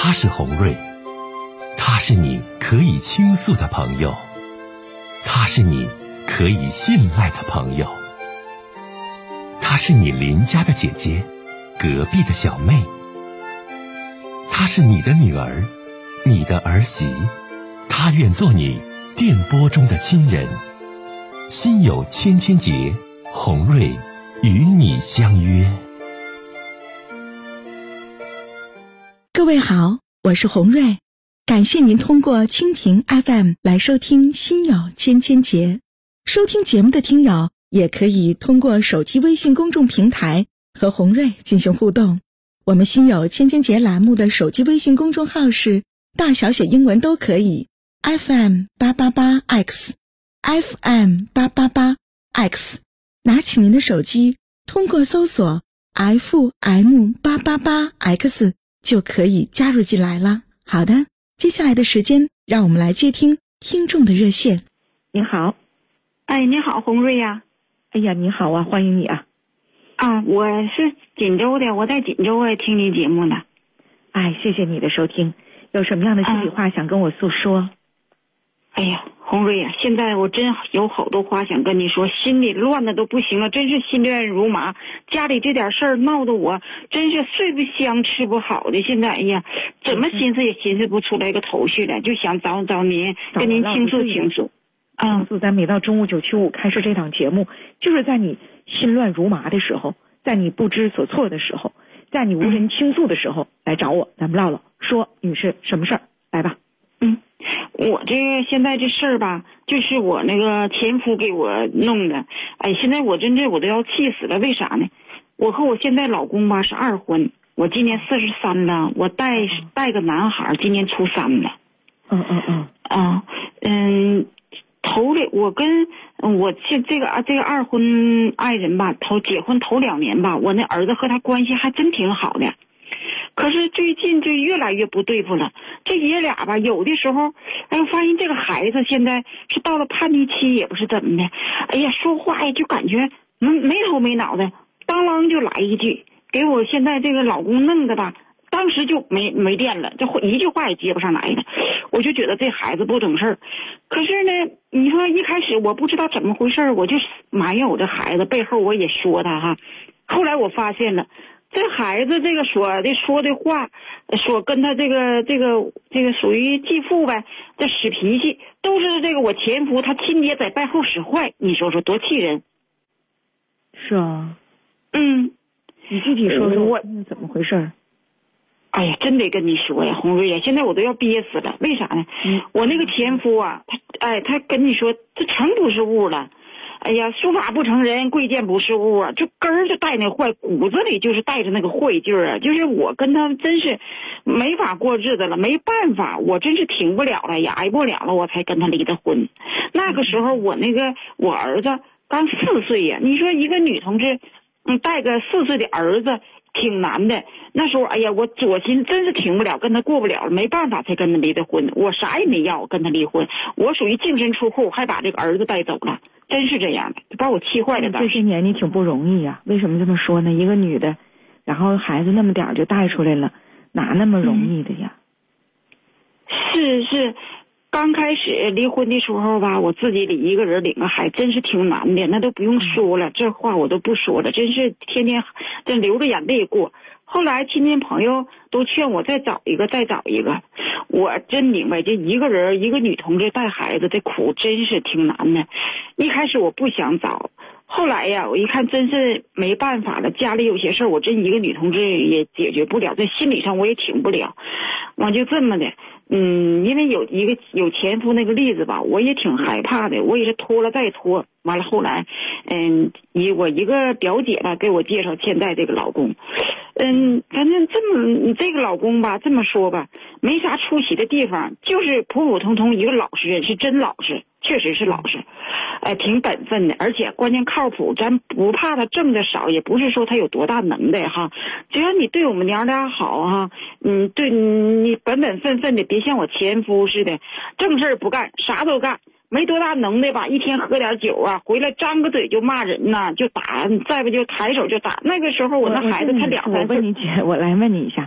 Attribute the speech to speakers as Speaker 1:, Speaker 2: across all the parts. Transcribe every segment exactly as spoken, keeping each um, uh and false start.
Speaker 1: 他是洪瑞，他是你可以倾诉的朋友，他是你可以信赖的朋友，他是你邻家的姐姐，隔壁的小妹，他是你的女儿，你的儿媳，他愿做你电波中的亲人。心有千千结，洪瑞与你相约。
Speaker 2: 各位好，我是洪瑞，感谢您通过蜻蜓 F M 来收听心有千千结。收听节目的听友也可以通过手机微信公众平台和洪瑞进行互动。我们心有千千结栏目的手机微信公众号是大小写英文都可以 F M 八八八 X F M 八八八 X， 拿起您的手机，通过搜索 F M 八八八 X 就可以加入进来了。好的，接下来的时间让我们来接听听众的热线。
Speaker 3: 你好。
Speaker 4: 哎，你好，洪瑞呀。
Speaker 3: 哎呀，你好啊，欢迎你啊。
Speaker 4: 啊，我是锦州的，我在锦州啊听你节目呢。
Speaker 3: 哎，谢谢你的收听，有什么样的心里话想跟我诉说？
Speaker 4: 啊、哎呀，洪瑞呀，现在我真有好多话想跟你说，心里乱的都不行了，真是心乱如麻。家里这点事儿闹得我真是睡不香吃不好的，现在哎呀，怎么心思也心思不出来个头绪来，就想找找您跟您倾诉倾诉。
Speaker 3: 倾诉，咱每到中午九七五开始这档节目，就是在你心乱如麻的时候，在你不知所措的时候，在你无人倾诉的时候、嗯、来找我，咱们唠唠，说女士什么事儿，来吧。
Speaker 4: 嗯，我这个现在这事儿吧，就是我那个前夫给我弄的。哎，现在我真是我都要气死了，为啥呢？我和我现在老公吧是二婚，我今年四十三了，我带带个男孩，今年初三了。
Speaker 3: 嗯嗯嗯
Speaker 4: 啊嗯。头里我跟我这这个这个二婚爱人吧，头结婚头两年吧，我那儿子和他关系还真挺好的。可是最近就越来越不对付了。这爷俩吧，有的时候，哎，我发现这个孩子现在是到了叛逆期，也不是怎么的。哎呀，说话呀就感觉没没头没脑的，当啷就来一句，给我现在这个老公弄的吧。当时就没没电了，这一句话也接不上来了，我就觉得这孩子不懂事儿。可是呢，你说一开始我不知道怎么回事，我就埋怨我这孩子，背后我也说他哈。后来我发现了，这孩子这个说的说的话，说跟他这个这个这个属于继父呗，这使脾气都是这个我前夫他亲爹在背后使坏，你说说多气人。
Speaker 3: 是啊。
Speaker 4: 嗯。
Speaker 3: 你具体说说我怎么回事？
Speaker 4: 哎呀，真得跟你说呀，洪瑞呀，现在我都要憋死了。为啥呢？嗯、我那个前夫啊，他哎，他跟你说，这成不是物了。哎呀，书法不成人，贵贱不是物啊，就根儿就带那坏，骨子里就是带着那个坏劲儿啊。就是我跟他真是没法过日子了，没办法，我真是挺不了了，也挨不了了，我才跟他离的婚。那个时候我那个我儿子刚四岁呀，你说一个女同志，嗯，带个四岁的儿子。挺难的，那时候哎呀，我左心真是挺不了，跟他过不了了，没办法才跟他离的婚。我啥也没要，跟他离婚，我属于净身出户，还把这个儿子带走了，真是这样的，把我气坏了。
Speaker 3: 这些年你挺不容易呀、啊，为什么这么说呢？一个女的，然后孩子那么点儿就带出来了，哪那么容易的呀？
Speaker 4: 嗯、是是。刚开始离婚的时候吧，我自己领一个人领个孩子真是挺难的，那都不用说了，这话我都不说了，真是天天真流着眼泪过。后来亲戚朋友都劝我再找一个再找一个，我真明白这一个人一个女同志带孩子这苦真是挺难的。一开始我不想找，后来呀我一看真是没办法了，家里有些事儿我真一个女同志也解决不了，在心理上我也挺不了，我就这么的。嗯，因为有一个有前夫那个例子吧，我也挺害怕的，我也是拖了再拖，完了后来，嗯，一我一个表姐吧给我介绍现在这个老公，嗯，反正这么这个老公吧，这么说吧，没啥出息的地方，就是普普通通一个老实人，是真老实，确实是老实，哎、呃，挺本分的，而且关键靠谱，咱不怕他挣的少，也不是说他有多大能耐哈，只要你对我们娘俩好哈，嗯，对你本本分分的，别像我前夫似的，正事不干，啥都干，没多大能耐吧，一天喝点酒啊，回来张个嘴就骂人呐，就打，再不就抬手就打。那个时候我那孩子才两三岁。
Speaker 3: 我问你姐，我来问你一下，你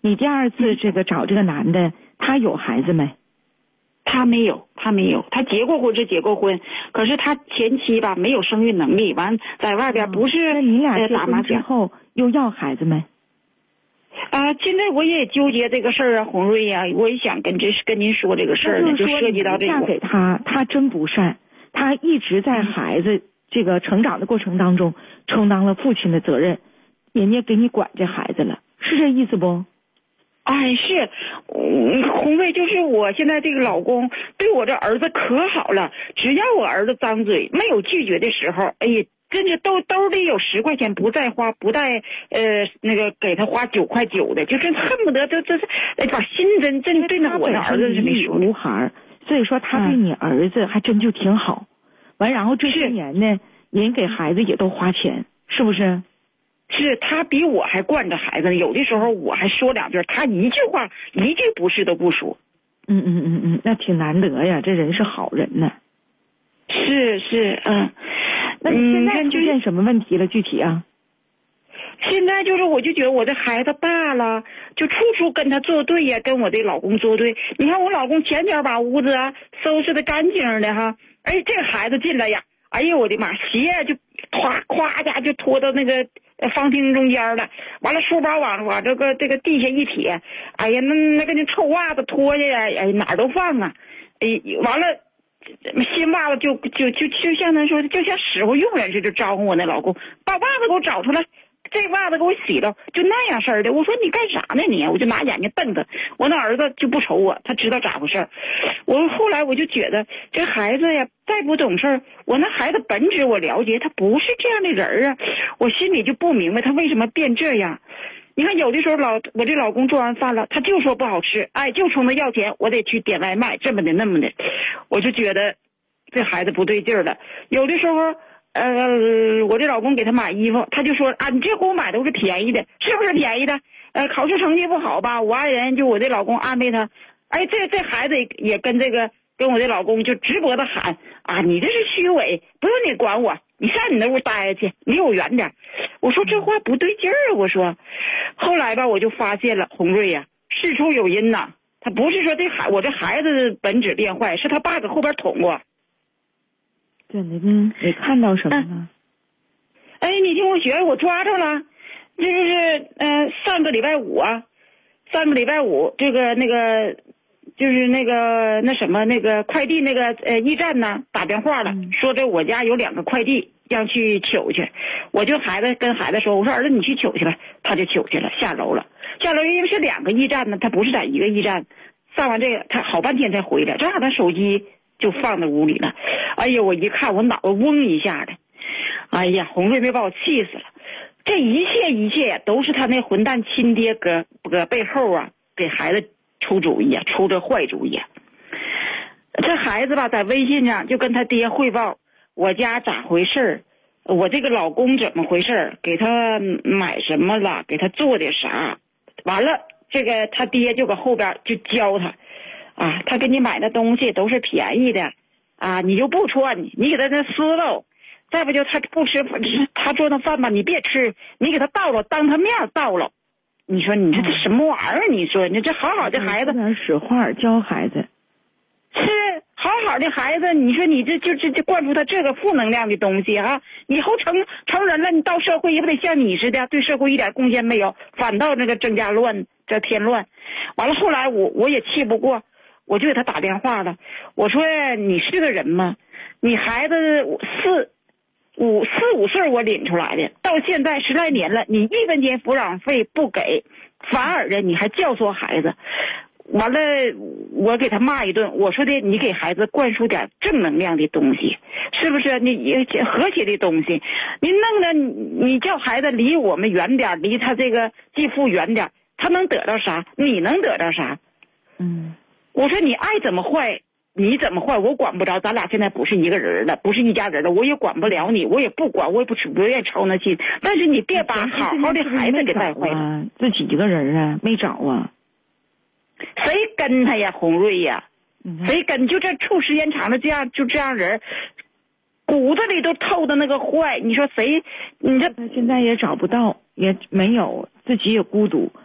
Speaker 3: 你第二次这个找这个男的，他有孩子没？
Speaker 4: 他没有，他没有，他结过婚是结过婚，可是他前妻吧没有生育能力，完在外边不是、
Speaker 3: 哦、那你俩
Speaker 4: 呃
Speaker 3: 结婚之后又要孩子没？
Speaker 4: 啊，现在我也纠结这个事儿啊，红瑞呀、啊，我也想跟这跟您说这个事儿呢，就涉及到这个。
Speaker 3: 嫁给他，他真不善，他一直在孩子这个成长的过程当中承担了父亲的责任，人家给你管这孩子了，是这意思不？
Speaker 4: 哎，是，嗯，红瑞就是我现在这个老公对我这儿子可好了，只要我儿子张嘴没有拒绝的时候，哎呀。真是兜兜里有十块钱不带花，不带呃那个给他花九块九的，就是恨不得这这是把心真真对那我的儿子是没说
Speaker 3: 无孩，所以说他对你儿子还真就挺好。完、嗯，然后这些年呢，人给孩子也都花钱，是不是？
Speaker 4: 是他比我还惯着孩子，有的时候我还说两句，他一句话一句不是都不说。
Speaker 3: 嗯嗯嗯嗯，那挺难得呀，这人是好人呢。
Speaker 4: 是是，嗯。
Speaker 3: 那你现在出现什么问题了？具体啊？
Speaker 4: 现在就是，我就觉得我这孩子大了，就处处跟他作对呀，跟我的老公作对。你看我老公前脚把屋子啊收拾的干净的哈，哎，这个孩子进来呀，哎呀我的妈，鞋就咵咵家就拖到那个方厅中间了，完了书包往往这个这个地下一撇，哎呀那那个那臭袜子脱下呀，哎哪儿都放啊，哎完了。新袜子就就就就像他说的，就像使唤佣人似的招呼我那老公，把袜子给我找出来，这袜子给我洗了，就那样式儿的。我说你干啥呢你？我就拿眼睛瞪他。我那儿子就不瞅我，他知道咋回事。我后来我就觉得这孩子呀，再不懂事，我那孩子本质我了解，他不是这样的人啊。我心里就不明白他为什么变这样。你看有的时候老我这老公做完饭了，他就说不好吃，哎，就冲他要钱，我得去点外卖，这么的那么的，我就觉得这孩子不对劲儿了。有的时候，呃，我这老公给他买衣服，他就说啊，你这给我买都是便宜的，是不是便宜的？呃，考试成绩不好吧，我爱人就我这老公安慰他，哎，这这孩子也跟这个跟我这老公就直播的喊啊，你这是虚伪，不用你管我。你上你那屋待着去，离我远点。我说这话不对劲儿啊！我说，后来吧，我就发现了，红瑞呀、啊，事出有因呐。他不是说这孩我这孩子本质变坏，是他爸搁后边捅我。
Speaker 3: 怎的呢？你看到什么了？
Speaker 4: 嗯、哎，你听我学，我抓着了。这就是呃，上个礼拜五啊，上个礼拜五，这个那个。就是那个那什么那个快递那个呃驿站呢打电话了，嗯、说这我家有两个快递要去取去，我就孩子跟孩子说，我说儿子你去取去了，他就取去了，下楼了，下楼因为是两个驿站呢，他不是在一个驿站，上完这个他好半天才回来，正好他手机就放在屋里了，哎呀我一看我脑子嗡一下的，哎呀红瑞没把我气死了，这一切一切都是他那混蛋亲爹搁搁背后啊给孩子。出主意啊，出这坏主意啊！这孩子吧，在微信上就跟他爹汇报我家咋回事，我这个老公怎么回事，给他买什么了，给他做的啥。完了，这个他爹就搁后边就教他，啊，他给你买的东西都是便宜的，啊，你就不穿，你给他那撕了。再不就他不吃，他做那饭吧，你别吃，你给他倒了，当他面倒了。你说你这这什么玩意儿？你说你这好好的孩子，
Speaker 3: 点使唤教孩子，
Speaker 4: 是好好的孩子。你说你这就这就灌输他这个负能量的东西啊！以后成成人了，你到社会也不得像你似的，对社会一点贡献没有，反倒那个增加乱，这添乱。完了后来我我也气不过，我就给他打电话了。我说你是个人吗？你孩子四。五四五岁我领出来的，到现在十来年了，你一分钱抚养费不给，反而的你还教唆孩子，完了我给他骂一顿，我说的你给孩子灌输点正能量的东西，是不是？你和谐的东西，你弄得你叫孩子离我们远点，离他这个继父远点，他能得到啥？你能得到啥？
Speaker 3: 嗯，
Speaker 4: 我说你爱怎么坏。你怎么坏我管不着，咱俩现在不是一个人了，不是一家人了，我也管不了你，我也不管，我也不不愿意操那心。但是你别把好好的孩子给带坏了。
Speaker 3: 自己一个人啊，没找啊。
Speaker 4: 谁跟他呀，红瑞呀？嗯、谁跟？就这处时间长了，这样就这样人，骨子里都透的那个坏。你说谁？你这
Speaker 3: 他现在也找不到，也没有，自己也孤独。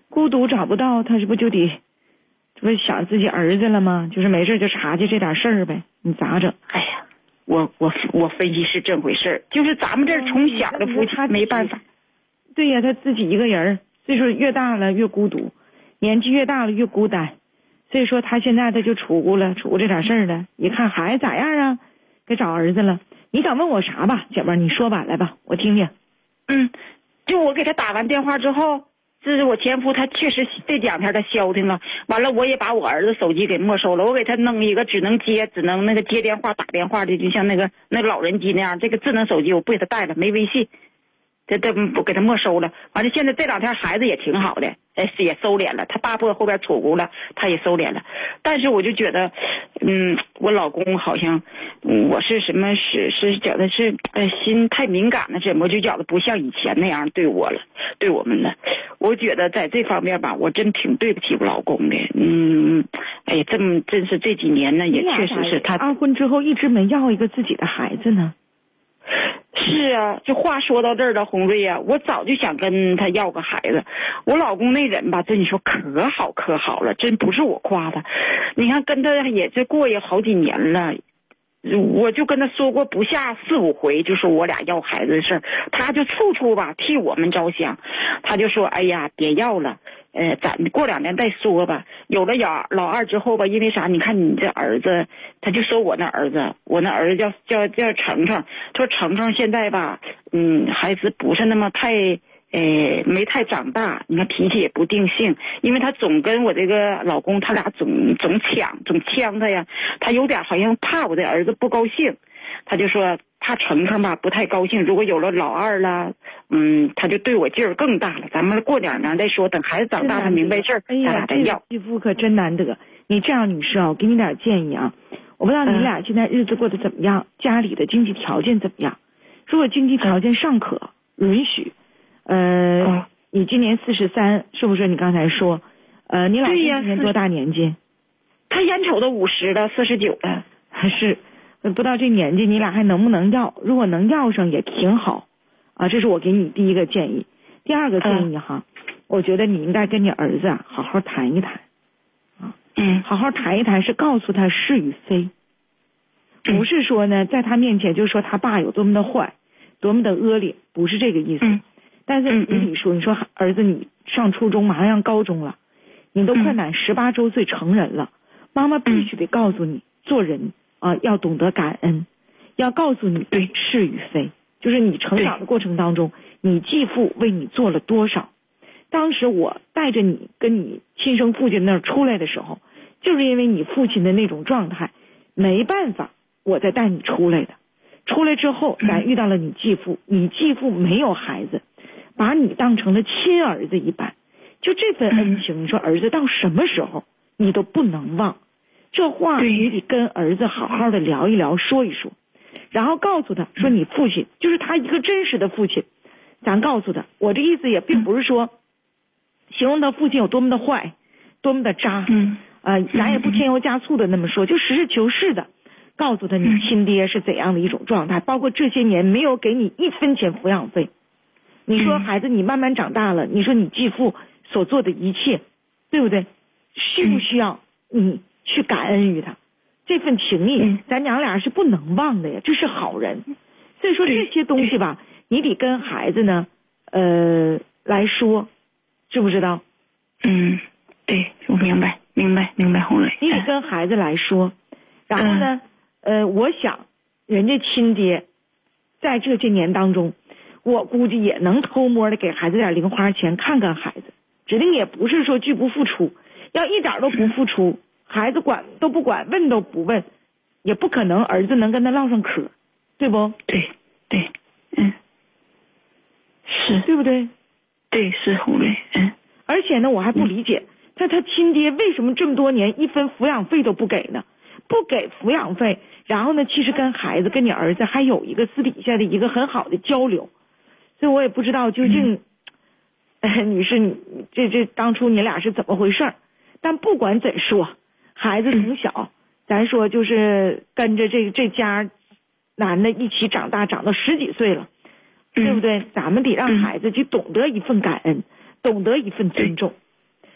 Speaker 3: 孤独找不到，他这不就得这不想自己儿子了吗？就是没事就查去这点事儿呗，你咋整？
Speaker 4: 哎呀，我我我分析是这回事儿，就是咱们这儿从小的夫妻没办法。
Speaker 3: 对呀，他自己一个人，岁数越大了越孤独，年纪越大了越孤单，所以说他现在他就出过了，出过这点事儿了。一看孩子咋样啊，该找儿子了。你想问我啥吧，姐妹儿，你说吧，来吧，我听听。
Speaker 4: 嗯，就我给他打完电话之后，这是我前夫，他确实这两天他消停了。完了，我也把我儿子手机给没收了，我给他弄一个只能接、只能那个接电话、打电话的，就像那个那个老人机那样。这个智能手机我不给他带了，没微信，这这不给他没收了。完了，现在这两天孩子也挺好的，哎，也收敛了。他爸不后边杵咕了，他也收敛了。但是我就觉得，嗯，我老公好像，嗯、我是什么是是觉得是，呃，心太敏感了，怎么就觉得不像以前那样对我了，对我们了。我觉得在这方面吧，我真挺对不起我老公的。嗯，哎呀，这么真是这几年呢，也确实是他
Speaker 3: 二婚之后一直没要一个自己的孩子呢。
Speaker 4: 是啊，这话说到这儿了，红瑞呀、啊，我早就想跟他要个孩子。我老公那人吧，真你说可好可好了，真不是我夸他。你看跟他也是过也好几年了，我就跟他说过不下四五回，就说我俩要孩子的事儿，他就处处吧替我们着想。他就说：“哎呀，别要了。”呃，咱过两年再说吧。有了老老二之后吧，因为啥？你看你这儿子，他就说我那儿子，我那儿子叫叫叫程程。说程程现在吧，嗯，还是不是那么太，呃，没太长大。你看脾气也不定性，因为他总跟我这个老公，他俩总总抢，总呛他呀。他有点好像怕我的儿子不高兴，他就说怕程程吧不太高兴。如果有了老二了。嗯，他就对我劲儿更大了。咱们过两年再说，等孩子长大，他明白事儿，咱俩再要。
Speaker 3: 媳妇可真难得。你这样，女士啊，我给你点建议啊。我不知道你俩现在日子过得怎么样，嗯、家里的经济条件怎么样？如果经济条件尚可，允许，呃，哦、你今年四十三，是不是？你刚才说，呃，你老公今年多大年纪？
Speaker 4: 他眼瞅都五十了，四十九了。
Speaker 3: 还是不到这年纪，你俩还能不能要？如果能要上也挺好。啊，这是我给你第一个建议。第二个建议哈，嗯、我觉得你应该跟你儿子啊好好谈一谈，啊，
Speaker 4: 嗯，
Speaker 3: 好好谈一谈，是告诉他是与非，不是说呢在他面前就说他爸有多么的坏，多么的恶劣，不是这个意思。
Speaker 4: 嗯、
Speaker 3: 但是你你说，你说儿子你上初中马上要高中了，你都快满十八周岁成人了，妈妈必须得告诉你，做人啊要懂得感恩，要告诉你对是与非。就是你成长的过程当中，你继父为你做了多少？当时我带着你跟你亲生父亲那儿出来的时候，就是因为你父亲的那种状态，没办法，我再带你出来的。出来之后，咱遇到了你继父，你继父没有孩子，把你当成了亲儿子一般，就这份恩情，你说儿子到什么时候你都不能忘。这话你得跟儿子好好的聊一聊，说一说。然后告诉他说，你父亲就是他一个真实的父亲。咱告诉他，我这意思也并不是说形容他父亲有多么的坏，多么的渣，
Speaker 4: 嗯，
Speaker 3: 呃，咱也不添油加醋的那么说，就实事求是的告诉他你亲爹是怎样的一种状态，包括这些年没有给你一分钱抚养费。你说孩子，你慢慢长大了，你说你继父所做的一切，对不对？需不需要你去感恩于他？这份情谊，咱娘俩是不能忘的呀，这是好人。所以说这些东西吧，你得跟孩子呢，呃，来说，知不知道？
Speaker 4: 嗯，对，我明白，明白，明白，红蕊。
Speaker 3: 你得跟孩子来说，然后呢，呃，我想人家亲爹在这些年当中，我估计也能偷摸的给孩子点零花钱，看看孩子，指定也不是说拒不付出，要一点都不付出。孩子管都不管，问都不问，也不可能儿子能跟他唠上嗑，对不？
Speaker 4: 对对，嗯，是，
Speaker 3: 对不对？
Speaker 4: 对，是红蕊，嗯。
Speaker 3: 而且呢，我还不理解，他他亲爹为什么这么多年一分抚养费都不给呢？不给抚养费，然后呢，其实跟孩子跟你儿子还有一个私底下的一个很好的交流，所以我也不知道究竟，嗯呃、女士，你这这当初你俩是怎么回事？但不管怎说。孩子从小，咱说就是跟着这这家男的一起长大，长到十几岁了，对不对？咱们得让孩子去懂得一份感恩，懂得一份尊重，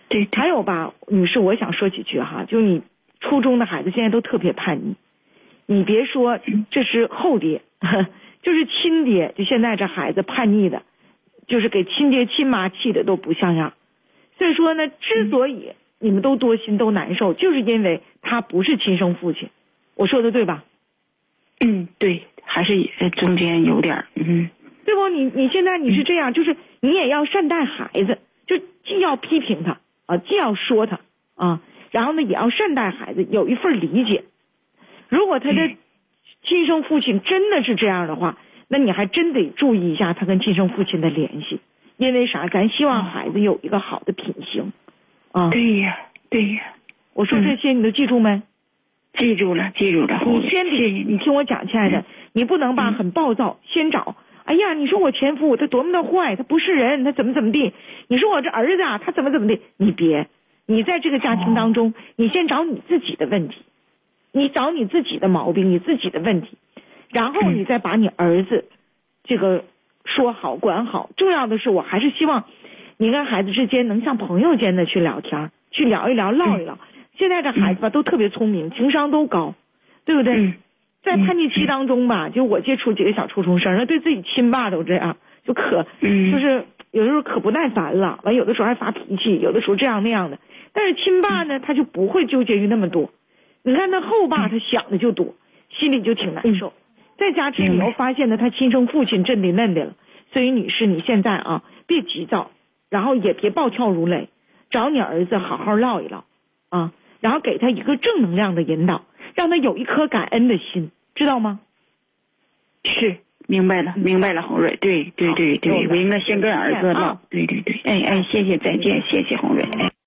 Speaker 4: 对，
Speaker 3: 还有吧，女士，我想说几句哈，就是你初中的孩子现在都特别叛逆，你别说这是后爹，就是亲爹，就现在这孩子叛逆的，就是给亲爹亲妈气的都不像样。所以说呢，之所以你们都多心都难受，就是因为他不是亲生父亲。我说的对吧？
Speaker 4: 嗯，对，还是中间有点嗯，
Speaker 3: 对不？你你现在你是这样，就是你也要善待孩子，就既要批评他啊，既要说他啊，然后呢也要善待孩子，有一份理解。如果他的亲生父亲真的是这样的话，那你还真得注意一下他跟亲生父亲的联系，因为啥？咱希望孩子有一个好的品行啊。
Speaker 4: 对呀，对呀。
Speaker 3: 我说这些你都记住没？
Speaker 4: 记住了，记住了。
Speaker 3: 你先得，你听我讲，亲爱的，嗯、你不能吧很暴躁，先找。哎呀，你说我前夫他多么的坏，他不是人，他怎么怎么地？你说我这儿子啊，他怎么怎么地？你别，你在这个家庭当中，哦、你先找你自己的问题，你找你自己的毛病，你自己的问题，然后你再把你儿子这个说好管好。重要的是，我还是希望你跟孩子之间能像朋友间的去聊天，去聊一聊，唠一唠。嗯现在这孩子吧，都特别聪明，情商都高，对不对？
Speaker 4: 嗯、
Speaker 3: 在叛逆期当中吧，就我接触几个小初中生，那对自己亲爸都这样，就可、
Speaker 4: 嗯、
Speaker 3: 就是有的时候可不耐烦了，完有的时候还发脾气，有的时候这样那样的。但是亲爸呢，他就不会纠结于那么多。你看那后爸，他想的就多，心里就挺难受。再加之你又发现呢，他亲生父亲真的嫩的了。所以女士，你现在啊，别急躁，然后也别暴跳如雷，找你儿子好好唠一唠啊。然后给他一个正能量的引导，让他有一颗感恩的心，知道吗？
Speaker 4: 是，明白了，明白了，洪瑞，对对对对，我应该先跟儿子唠，对对对，哎哎，谢谢，再见，谢谢洪瑞。哎